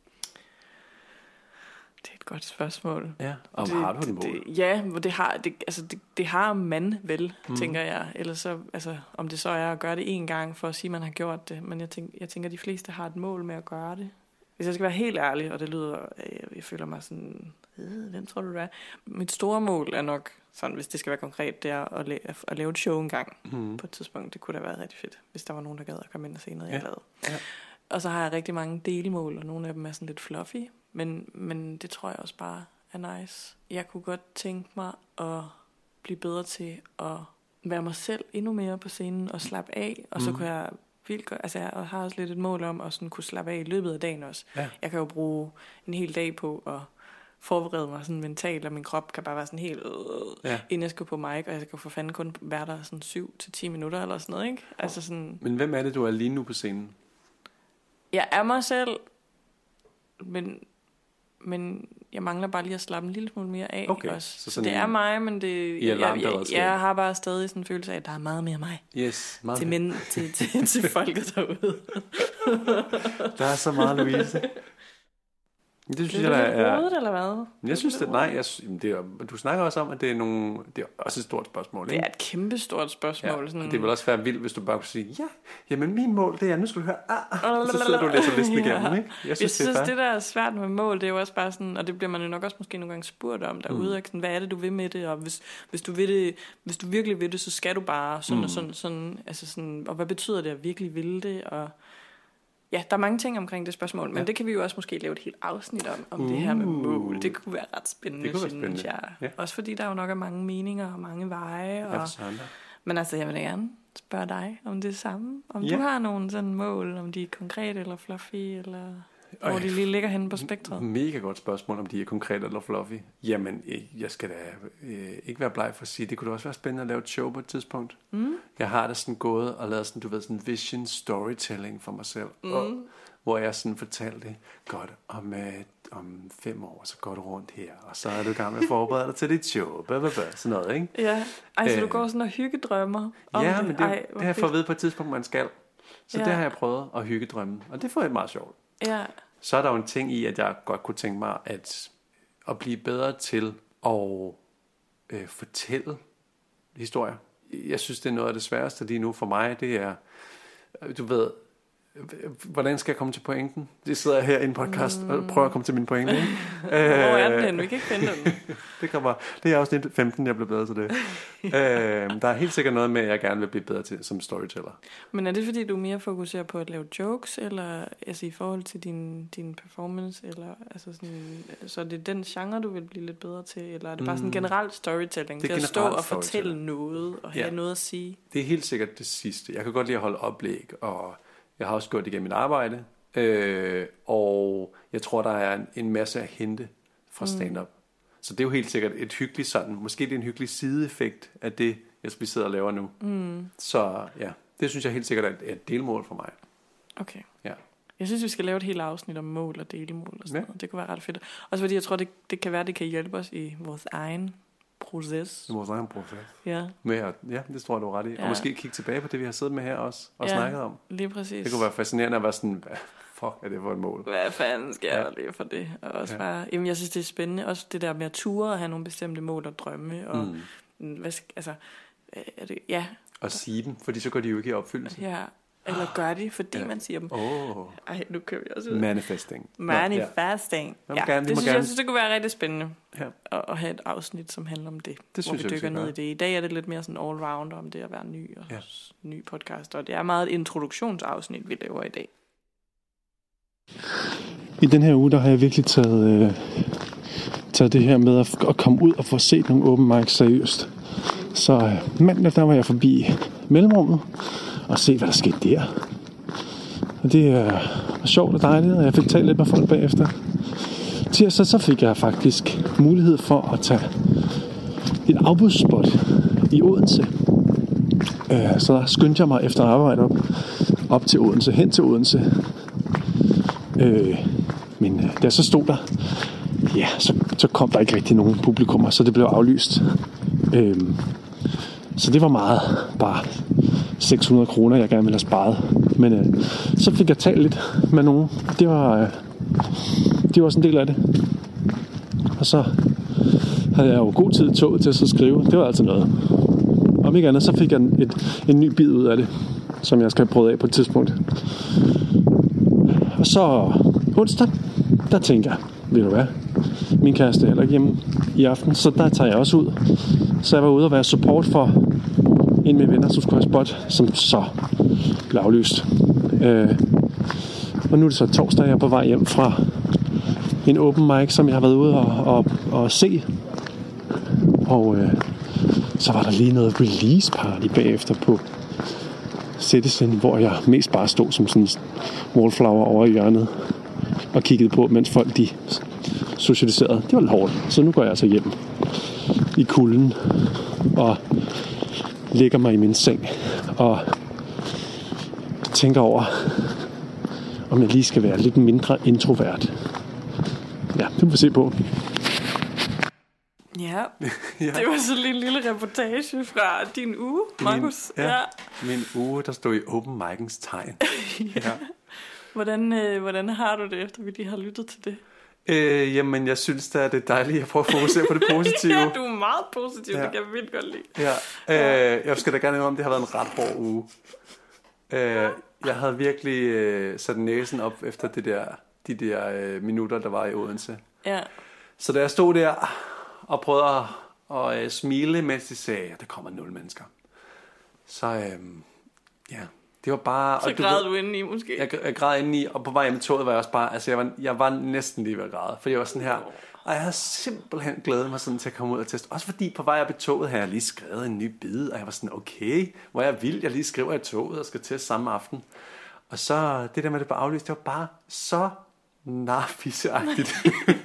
Det er et godt spørgsmål. Ja. Og det, har du et mål? Det, ja, hvor det har, det, altså det, det har man vel, Mm. mm. tænker jeg. Ellers så, altså, om det så er at gøre det en gang, for at sige, at man har gjort det. Men jeg tænker, jeg tænker, at de fleste har et mål med at gøre det. Hvis jeg skal være helt ærlig, og det lyder, jeg, jeg føler mig sådan, øh, hvem tror du det er? Mit store mål er nok, sådan, hvis det skal være konkret, det er at, la- at lave et show en gang Mm. på et tidspunkt. Det kunne da være rigtig fedt, hvis der var nogen, der gad at komme ind og se noget, Ja. jeg lavede. Ja. Og så har jeg rigtig mange delmål, og nogle af dem er sådan lidt fluffy, men, men det tror jeg også bare er nice. Jeg kunne godt tænke mig at blive bedre til at være mig selv endnu mere på scenen og slappe af. Og mm. så kunne jeg vildt godt, altså jeg har også lidt et mål om at sådan kunne slappe af i løbet af dagen også. Ja. Jeg kan jo bruge en hel dag på at forberede mig sådan mentalt, og min krop kan bare være sådan helt, øh, ja. inden jeg skal på mic, og jeg kan for fanden kun være der sådan syv til ti minutter eller sådan noget, ikke? Altså sådan. Men hvem er det, du er lige nu på scenen? Jeg er mig selv, men, men jeg mangler bare lige at slappe en lille smule mere af okay. også. Så, så det er mig, men det, jeg, jeg, jeg, jeg har bare stadig sådan en følelse af, at der er meget mere mig. Yes, meget til, men, til, til, til folket derude. Der er så meget, Louise. Det synes det er jeg, der er... Hovedet, eller hvad? Jeg synes, det, nej, jeg, det er, du snakker også om, at det er, nogle, det er også et stort spørgsmål. Ikke? Det er et kæmpe stort spørgsmål. Ja, sådan. Det vil også være vildt, hvis du bare kunne sige, ja, jamen min mål, det er, nu skal du høre, ah, og så sidder du og læser listen igennem, ja. Ikke? Jeg synes, jeg synes det, det, der er svært med mål, det er jo også bare sådan, og det bliver man jo nok også måske nogle gange spurgt om derude, mm. sådan, hvad er det, du vil med det, og hvis, hvis, du vil det, hvis du virkelig vil det, så skal du bare sådan mm. og sådan, sådan, altså sådan, og hvad betyder det at virkelig ville det, og ja, der er mange ting omkring det spørgsmål, men ja. det kan vi jo også måske lave et helt afsnit om, om uh. det her med mål. Det kunne være ret spændende, det kunne være synes spændende. jeg. Ja. Også fordi der jo nok er mange meninger og mange veje. Og, ja, men altså, jeg vil gerne spørge dig om det samme. Om ja. du har nogle sådan mål, om de er konkrete eller fluffy, eller hvor Øj, de lige ligger henne på spektret. Mega godt spørgsmål, om de er konkrete eller fluffy. Jamen, jeg skal da øh, ikke være bleg for at sige, det kunne da også være spændende at lave et show på et tidspunkt. Mm. Jeg har da sådan gået og lavet sådan, du ved, sådan vision storytelling for mig selv. Mm. Og, hvor jeg sådan fortalte, godt, om, øh, om fem år, så går du rundt her, og så er du i gang med at forberede dig til dit show, blah, blah, blah, sådan noget, ikke? Ja, ej, så du går sådan og hyggedrømmer om ja, det? men det, Ej, det har jeg fået at vide på et tidspunkt, man skal. Så ja. det har jeg prøvet at hyggedrømme, og det får jeg meget sjovt. Ja. Så er der jo en ting i, at jeg godt kunne tænke mig, at, at blive bedre til at øh, fortælle historier. Jeg synes, det er noget af det sværeste lige nu for mig, det er, du ved, hvordan skal jeg komme til pointen? Det sidder jeg her i en podcast mm. og prøver at komme til min pointe. Hvor er den? Vi kan ikke finde den. det kommer. Det er afsnit femten, jeg bliver bedre til det. øh, der er helt sikkert noget med, at jeg gerne vil blive bedre til som storyteller. Men er det fordi, du mere fokuserer på at lave jokes, eller altså i forhold til din, din performance, eller altså sådan, så er det den genre, du vil blive lidt bedre til, eller er det bare sådan generelt storytelling, til at stå og fortælle noget, og have ja. noget at sige? Det er helt sikkert det sidste. Jeg kan godt lide at holde oplæg, og jeg har også gjort det igennem mit arbejde, øh, og jeg tror, der er en, en masse at hente fra stand-up. Mm. Så det er jo helt sikkert et hyggeligt sådan, måske det er en hyggelig sideeffekt af det, jeg sidder og laver nu. Mm. Så ja, det synes jeg helt sikkert er et, et delmål for mig. Okay. Ja. Jeg synes, vi skal lave et helt afsnit om mål og delmål og sådan ja. noget. Det kunne være ret fedt. Også fordi jeg tror, det, det kan være, det kan hjælpe os i vores egen proces. I vores egen proces. Ja. Med at, ja, det tror jeg, du er ret i. Ja. Og måske kigge tilbage på det, vi har siddet med her også og ja, snakket om. Lige præcis. Det kunne være fascinerende at være sådan, hvad fuck er det for et mål? Hvad fanden skal ja. jeg lige for det? Og også ja. bare, jamen jeg synes, det er spændende. Også det der med at ture og have nogle bestemte mål og drømme. Og mm. hvad, altså, er det, ja. Og sige dem, fordi så går de jo ikke i opfyldelse. Ja. Eller gør de, fordi ja. man siger dem. Oh. Ej, nu kører vi også ud. Manifesting. Manifesting. Ja. Ja, gerne, det synes gerne. jeg synes, det kunne være rigtig spændende ja. at, at have et afsnit, som handler om det. Det synes hvor vi jeg, dykker ned i det. I dag er det lidt mere sådan all-round om det at være ny og ja. ny podcast. Og det er meget et introduktionsafsnit, vi laver i dag. I den her uge, der har jeg virkelig taget, øh, taget det her med at, at komme ud og få set nogle open mics seriøst. Så øh, mandag, der var jeg forbi Mellemrummet og se, hvad der skete der. Og det øh, var sjovt og dejligt, og jeg fik talt lidt med folk bagefter. Tirsdag, så fik jeg faktisk mulighed for at tage et afbudsspot i Odense. Øh, så der skyndte jeg mig efter arbejde op, op til Odense, hen til Odense. Øh, men øh, da så stod der, ja, så, så kom der ikke rigtig nogen publikummer, så det blev aflyst. Øh, så det var meget, bare seks hundrede kroner, jeg gerne ville have sparet. Men øh, så fik jeg talt lidt med nogen. Det var, øh, det var også en del af det. Og så havde jeg jo god tid i toget til at så skrive. Det var altså noget. Om ikke andet, så fik jeg en, et, en ny bid ud af det, som jeg skal prøve af på et tidspunkt. Og så onsdag, der tænker jeg, ved du hvad, min kæreste er heller ikke hjemme i aften, så der tager jeg også ud. Så jeg var ude og være support for en med venner, som skulle have spot, som så blev aflyst. Øh, og nu er det så torsdag, jeg er på vej hjem fra en open mic, som jeg har været ude og, og, og se. Og øh, Så var der lige noget release party bagefter på Citizen, hvor jeg mest bare stod som sådan en wallflower over i hjørnet og kiggede på, mens folk de socialiserede. Det var hårdt, så nu går jeg altså hjem i kulden og lægger mig i min seng og tænker over, om jeg lige skal være lidt mindre introvert. Ja, det må vi se på. Ja, ja. Det var så lige en lille reportage fra din uge, Markus. Min, ja, ja. Min uge, der stod i open mic'ens tegn. ja. Ja. Hvordan, øh, hvordan har du det, efter vi lige har lyttet til det? Øh, jamen, jeg synes da, det er dejligt at prøve at fokusere på det positive. Ja, du er meget positiv, ja. Det kan jeg vildt godt lide. Ja. Øh, jeg skal da gerne om, det har været en ret hård uge. Øh, jeg havde virkelig øh, sat næsen op efter det der, de der øh, minutter, der var i Odense. Ja. Så da jeg stod der og prøvede at, at, at smile, mens de sagde, at der kommer nul mennesker. Så øh, ja, det var bare... Så græd du, du indeni måske? Jeg, jeg græd indeni, og på vej hjem i toget var jeg også bare... Altså, jeg var, jeg var næsten lige ved at græde, for jeg var sådan her... Og jeg havde simpelthen glædet mig sådan til at komme ud og teste. Også fordi på vej op i toget havde jeg lige skrevet en ny bid, og jeg var sådan, okay, hvor er jeg vild, jeg lige skriver i toget og skal teste samme aften. Og så det der med det bare aflyst, det var bare så narfisseagtigt.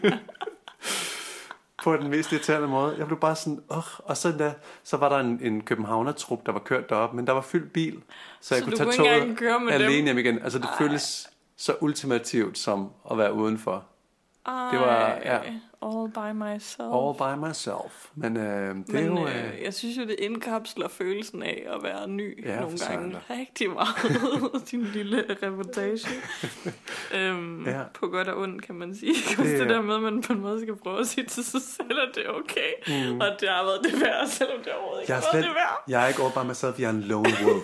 På den mest irriterende måde. Jeg blev bare sådan, åh, og så, der, så var der en, en københavner-trup, der var kørt derop, men der var fyldt bil, så jeg så kunne tage toget alene hjem igen. Altså det Ej. føles så ultimativt som at være udenfor. Ej, det var ja, all by myself. All by myself. Men, øh, det Men er jo, øh, øh, jeg synes jo, det indkapsler følelsen af at være ny ja, nogle gange. Rigtig meget. Din lille reportage. øhm, ja. På godt og ondt, kan man sige. Det, det der med, at man på en måde skal prøve at sige til sig selv, at det er okay. Mm. Og det har været det værd, selvom det overhovedet ikke har været det værd. Jeg er ikke all by myself, jeg er en lone wolf.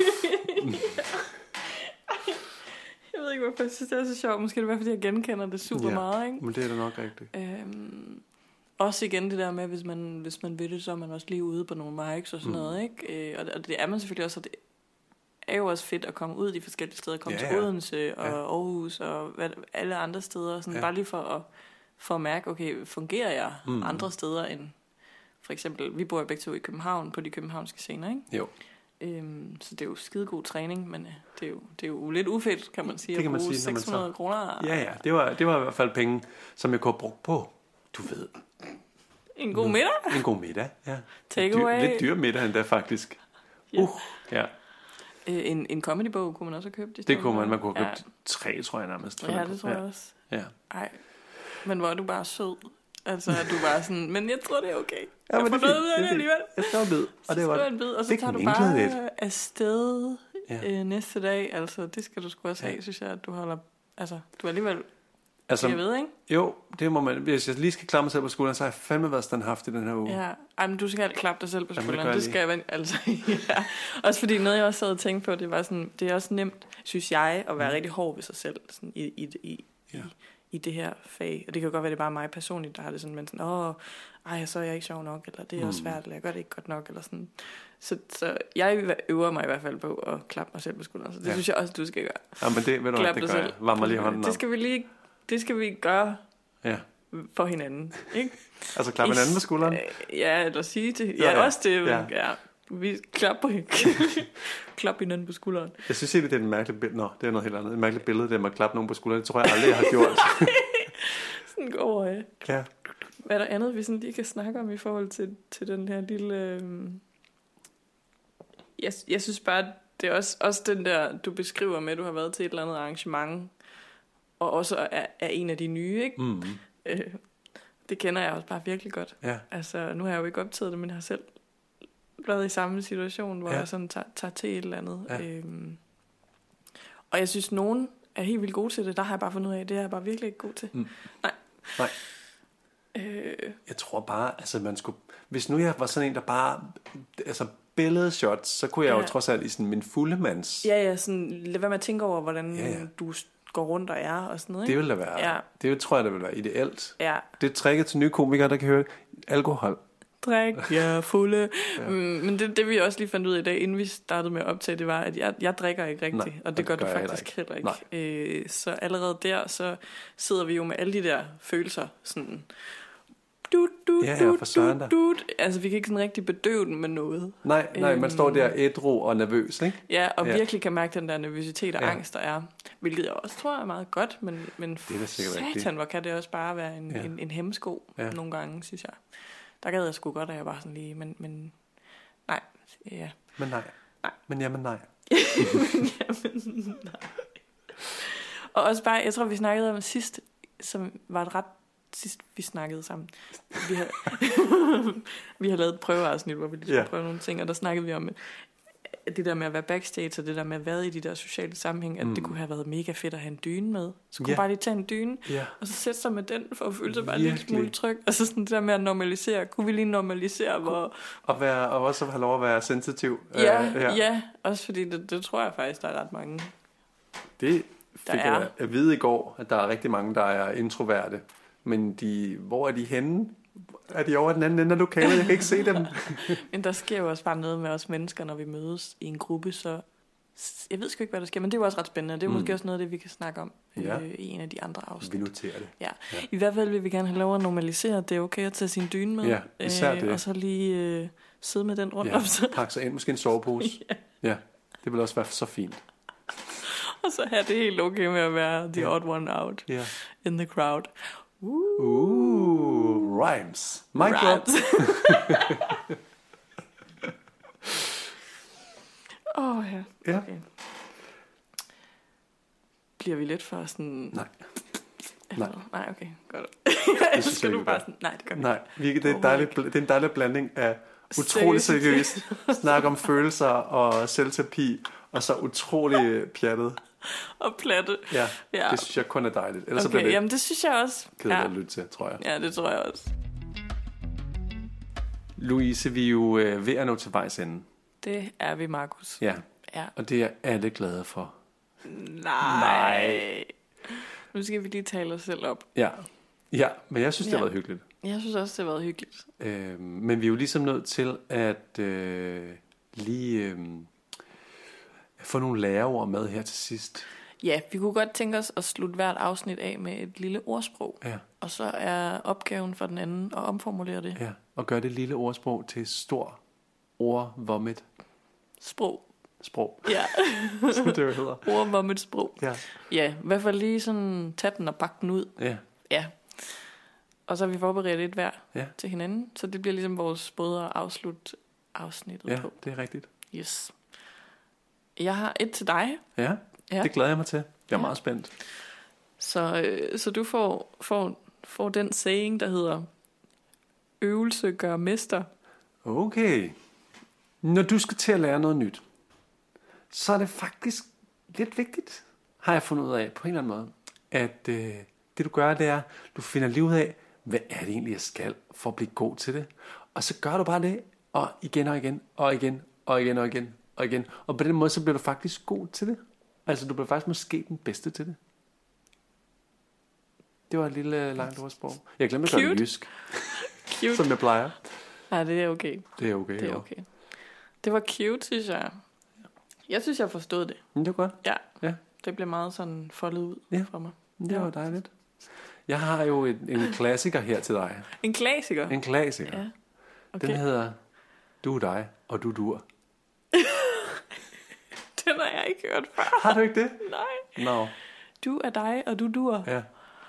Jeg ved ikke, hvorfor jeg synes, det er så sjovt. Måske det er, fordi jeg genkender det super ja, meget, ikke? Men det er da nok rigtigt. Øhm, også igen det der med, hvis man, hvis man ved det, så er man også lige ude på nogle mics og sådan mm. noget, ikke? Øh, og, og det er man selvfølgelig også, og det er jo også fedt at komme ud de forskellige steder. Komme ja, til Odense og ja. Aarhus og hvad, alle andre steder. Sådan ja. Bare lige for at, for at mærke, okay, fungerer jeg mm. andre steder end... For eksempel, vi bor jo begge to i København, på de københavnske scener, ikke? Jo. Øhm, så det er jo skidegod træning, men øh, det, er jo, det er jo lidt ufedt, kan man sige, det kan at bruge sige, seks hundrede så... kroner. Ja, ja, det var, det var i hvert fald penge, som jeg kunne have brugt på, du ved. En god middag? En god middag, ja. Take dyr, away. Lidt dyr middag endda, faktisk. Ja. Uh, ja. Øh, en, en comedybog kunne man også have købt. I det kunne man, man kunne have købt ja. tre, tror jeg nærmest. Ja, det tror ja. jeg også. Ja. Ej, men hvor er du bare sød. Altså, at du bare sådan, men jeg tror, det er okay. Ja, jeg får noget ud af det alligevel. Jeg skal en bid, og det var en bid, og så tager du bare lidt. afsted ja. øh, næste dag. Altså, det skal du sgu også have, ja. Synes jeg, at du holder... Altså, du er alligevel... Altså, jeg ved, ikke? Jo, det må man... Hvis jeg lige skal klappe mig selv på skulderen, så har jeg fandme været standhaft i den her uge. Ja, ej, men du skal altid klappe dig selv på skulderen. Jamen, det, det skal jeg altså, ja. Også fordi noget, jeg også havde tænkt på, det var sådan... Det er også nemt, synes jeg, at være mm. rigtig hård ved sig selv. Sådan i, i, i, ja. i i det her fag, og det kan godt være, det er bare mig personligt, der har det sådan, men sådan, åh, ej, så er jeg ikke sjov nok, eller det er mm. også svært, eller jeg gør det ikke godt nok, eller sådan. Så, så jeg øver mig i hvert fald på at klappe mig selv på skulderen, så det ja. Synes jeg også, du skal gøre. Ja, men det, ved du hvad, det gør jeg. Varmer lige hånden op. Det skal vi lige, det skal vi gøre ja. For hinanden, ikke? Altså klappe hinanden på skulderen? Ja, eller sige det. Ja, ja. Også det, ja. Ja. Vi klapper klap hinanden på skulderen. Jeg synes egentlig, det er en mærkelig billede. Nå, det er noget helt andet. Et mærkeligt billede, det er at klappe nogen på skulderen. Det tror jeg aldrig, jeg har gjort. Sådan går over, ja. Ja. Hvad er der andet, vi sådan lige kan snakke om i forhold til, til den her lille... Øh... Jeg, jeg synes bare, det er også, også den der, du beskriver med, at du har været til et eller andet arrangement, og også er, er en af de nye, ikke? Mm. Øh, det kender jeg også bare virkelig godt. Ja. Altså, nu har jeg jo ikke optaget det, men jeg har selv været i samme situation, hvor ja. Jeg sådan tager, tager til et eller andet. Ja. Øhm, og jeg synes, nogen er helt vildt gode til det. Der har jeg bare fundet ud af, det er jeg bare virkelig ikke god til. Mm. Nej. Nej. Øh. Jeg tror bare, altså man skulle... Hvis nu jeg var sådan en, der bare... Altså billedshots, så kunne jeg ja. Jo trods alt i sådan min fulde mands... Ja, ja, sådan... Lad være med at tænke over, hvordan ja, ja. Du går rundt og er og sådan noget, ikke? Det vil da være... Ja. Det tror jeg, der vil være ideelt. Ja. Det er tricket til nye komikere, der kan høre alkohol. Drik, ja, fulde. ja. Men det, det vi også lige fandt ud af i dag, inden vi startede med at optage, det var, at jeg, jeg drikker ikke rigtigt. Nej, og det, det gør du faktisk heller ikke. Heller ikke. Øh, så allerede der, så sidder vi jo med alle de der følelser, sådan, du, du, du, Ja, ja, for søren da. du, du. Altså, vi kan ikke sådan rigtig bedøve den med noget. Nej, nej, man Øhm. står der ædru og nervøs, ikke? Ja, og Ja. virkelig kan mærke den der nervøsitet og Ja. angst, der er. Hvilket jeg også tror er meget godt, men, men Det er da sikkert rigtigt. satan, hvor kan det også bare være en, Ja. en, en hemsko Ja. nogle gange, synes jeg. Der gad jeg sgu godt, at jeg bare sådan lige, men, men nej, ja. Men nej. Nej. Men jamen nej. Jamen, nej. Og også bare, jeg tror, vi snakkede om sidst, som var et ret sidst, vi snakkede sammen. Vi har, vi har lavet et prøveafsnit, hvor vi lige skulle Ja. prøve nogle ting, og der snakkede vi om det der med at være backstage, og det der med at være i de der sociale sammenhæng, at Mm. det kunne have været mega fedt at have en dyne med. Så kunne Ja. man bare lige tage en dyne, Ja. og så sætte sig med den, for at føle sig bare en lille Virkelig. smule tryg. Og så sådan det der med at normalisere. Kunne vi lige normalisere, hvor... Og, være, og også have lov at være sensitiv. Ja, Øh, ja. ja, også fordi det, det tror jeg faktisk, der er ret mange. Det fik Der jeg er. at vide i går, at der er rigtig mange, der er introverte. Men de, hvor er de henne? Er de over den anden ende af lokalet? Jeg kan ikke se dem. Men der sker jo også bare noget med os mennesker, når vi mødes i en gruppe, så jeg ved sgu ikke, hvad der sker, men det er jo også ret spændende. Det er Mm. måske også noget af det, vi kan snakke om Ja. øh, i en af de andre Vi afsnit. noterer det. Ja. Ja. I hvert fald vil vi gerne have lov at normalisere, at det er okay at tage sin dyne med. Ja, især det. Og så lige øh, sidde med den rundt Ja, om sig. pakke sig ind, måske en sovepose. Ja. Ja, det vil også være så fint. Og så have det helt okay med at være the Ja. odd one out Ja. in the crowd. Uh, Uh, rhymes. Mic drop. rhymes. Åh, oh, ja. Ja. Okay. Bliver vi lidt for sådan... Nej. Eller- Nej. Nej, okay. Godt. jeg Så skal ikke, du vi bare gør. sådan... Nej, det gør vi Nej, vi, det, er Overhovedet dejligt, det er en dejlig blanding af utrolig seriøst, snak om følelser og selvterapi, og så utrolig pjattet. Og platte. Ja, Ja. det synes jeg kun er dejligt. Ellers så bliver Okay, det jamen det synes jeg også. kedeligt Ja. at lytte til, tror jeg. Ja, det tror jeg også. Louise, vi er jo øh, ved at nå til vejs ende. Det er vi, Markus. Ja, Ja. og det er alle glade for. Nej. Nej. Nu skal vi lige tale os selv op. Ja, ja, men jeg synes, det har Ja. været hyggeligt. Jeg synes også, det har været hyggeligt. Øh, men vi er jo ligesom nødt til at øh, lige øh, få nogle læreord med her til sidst. Ja, vi kunne godt tænke os at slutte hvert afsnit af med et lille ordsprog. Ja, Og så er opgaven for den anden at omformulere det. ja. Og gøre det lille ordsprog til et stor ordvommet Sprog. sprog, Ja, som det jo hedder. ordvommet sprog. Ja, Ja, i hvert fald lige sådan tage den og pakke den ud. ja, Ja. Og så har vi forberedt et hver ja, til hinanden. Så det bliver ligesom vores måde at afslutte afsnittet ja, på. det er rigtigt. Yes. Jeg har et til dig. Ja, Ja. det glæder jeg mig til. Jeg er Ja. meget spændt. Så, øh, så du får, får, får den saying, der hedder: øvelse gør mester. Okay. Når du skal til at lære noget nyt, så er det faktisk lidt vigtigt, har jeg fundet ud af på en eller anden måde, at øh, det du gør, det er, du finder lige ud af, hvad er det egentlig, jeg skal for at blive god til det. Og så gør du bare det, og igen og igen, og igen, og igen og igen, og igen. Og på den måde, så bliver du faktisk god til det. Altså, du bliver faktisk måske den bedste til det. Det var et lille langt ordsprog. Jeg glemte at gøre det Cute. jysk, Cute. som jeg plejer. Nej, det er okay. Det er okay. Det er jo. okay. Det var cute, synes jeg. Jeg synes, jeg forstod det. Men det var godt. Ja. Ja. Det blev meget sådan foldet ud Ja. for mig. Det Ja. var dejligt. Jeg har jo en, en klassiker her til dig. En klassiker. En klassiker. Ja. Okay. Den hedder Du er dig, og du dur. Den har jeg ikke hørt før. Har du ikke det? Nej. Nå. No. Du er dig, og du dur. Ja.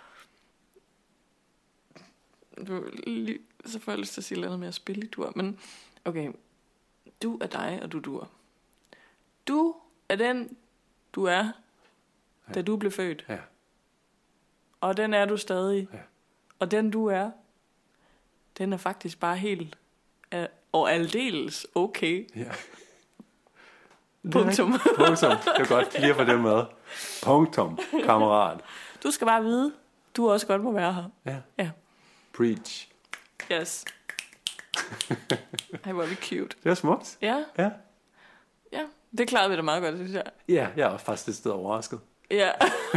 Du, lige, så får jeg lyst til at sige noget mere spil i dur. Men okay. Du er dig, og du dur. Du er den, du er, ja. da du blev født. Ja. Og den er du stadig. Ja. Og den du er, den er faktisk bare helt uh, og aldeles okay. Ja. Punktum. Punktum. Det er godt lige at få det med. Punktum, kammerat. Du skal bare vide, du også godt må være her. Ja. Ja. Preach. Yes. Ej, hvor er vi cute. Det er smukt. Ja, Ja. ja. Det klarede vi da meget godt, synes jeg. Ja, jeg er faktisk lidt sted overrasket. Ja.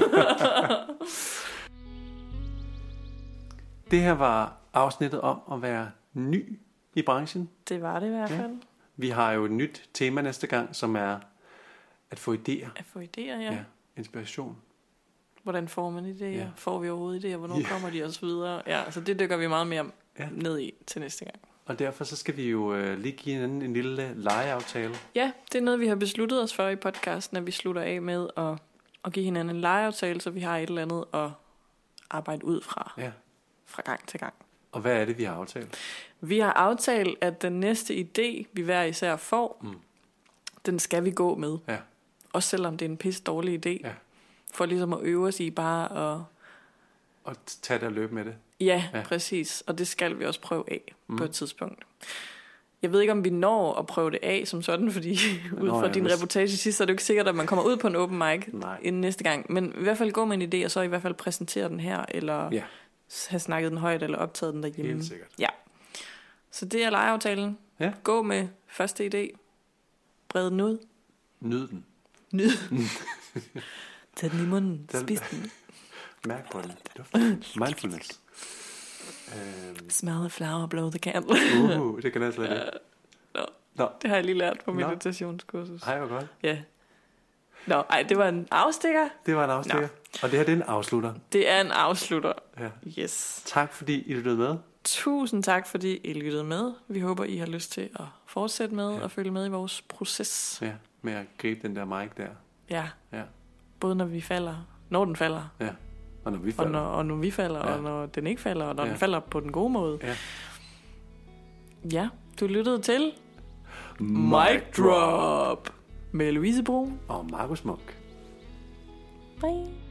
Det her var afsnittet om at være ny i branchen. Det var det i hvert Ja. fald. Vi har jo et nyt tema næste gang, som er at få idéer. At få idéer, ja. Ja. Inspiration. Hvordan får man idéer? Ja. Får vi overhovedet idéer? Hvornår Ja. kommer de og så videre? Ja, så det dykker vi meget mere Ja. ned i til næste gang. Og derfor så skal vi jo øh, lige give hinanden en lille legeaftale. Ja, det er noget, vi har besluttet os for i podcasten, at vi slutter af med at, at give hinanden en legeaftale, så vi har et eller andet at arbejde ud fra, Ja. fra gang til gang. Og hvad er det, vi har aftalt? Vi har aftalt, at den næste idé, vi hver især får, Mm. den skal vi gå med. Ja. Også selvom det er en pisse dårlig idé. Ja. For ligesom at øve os i bare at... Og tage det og løbe med det. Ja, Ja. ja, præcis. Og det skal vi også prøve af Mm. mm. på et tidspunkt. Jeg ved ikke, om vi når at prøve det af som sådan, fordi ud Nå, fra ja, din hvis- reportage sidst, så er det jo ikke sikkert, at man kommer ud på en open mic Nej. inden næste gang. Men i hvert fald gå med en idé, og så i hvert fald præsentere den her, eller Ja, have snakket den højt, eller optaget den derhjemme. helt sikkert. Ja. Så det er lejeaftalen. Ja. Gå med første idé. Bred den ud. Nyd den. Nyd. Tag den i munden. Den- Spis den. Mærk på den. Duft den. Mindfulness. Øhm, Smell the flower, blow the candle. uh, det kan jeg slet ikke. Nå. Nå, Det har jeg lige lært på Nå. meditationskursus. hej, hvor godt. Ja. Nå, ej, det var en afstikker. Det var en afstikker. Og det her, det er en afslutter. Det er en afslutter. Ja. Yes. Tak fordi I lyttede med. Tusind tak, fordi I lyttede med. Vi håber, I har lyst til at fortsætte med Ja. og følge med i vores proces. Ja, med at gribe den der mic der. Ja. Ja. Både når vi falder, når den falder, Ja. Og når vi og falder. når, og når vi falder, Ja. og når den ikke falder, og når Ja. den falder på den gode måde. Ja. Ja, du lyttede til Mic Drop med Louise Brun. Og Markus Munk. Bye.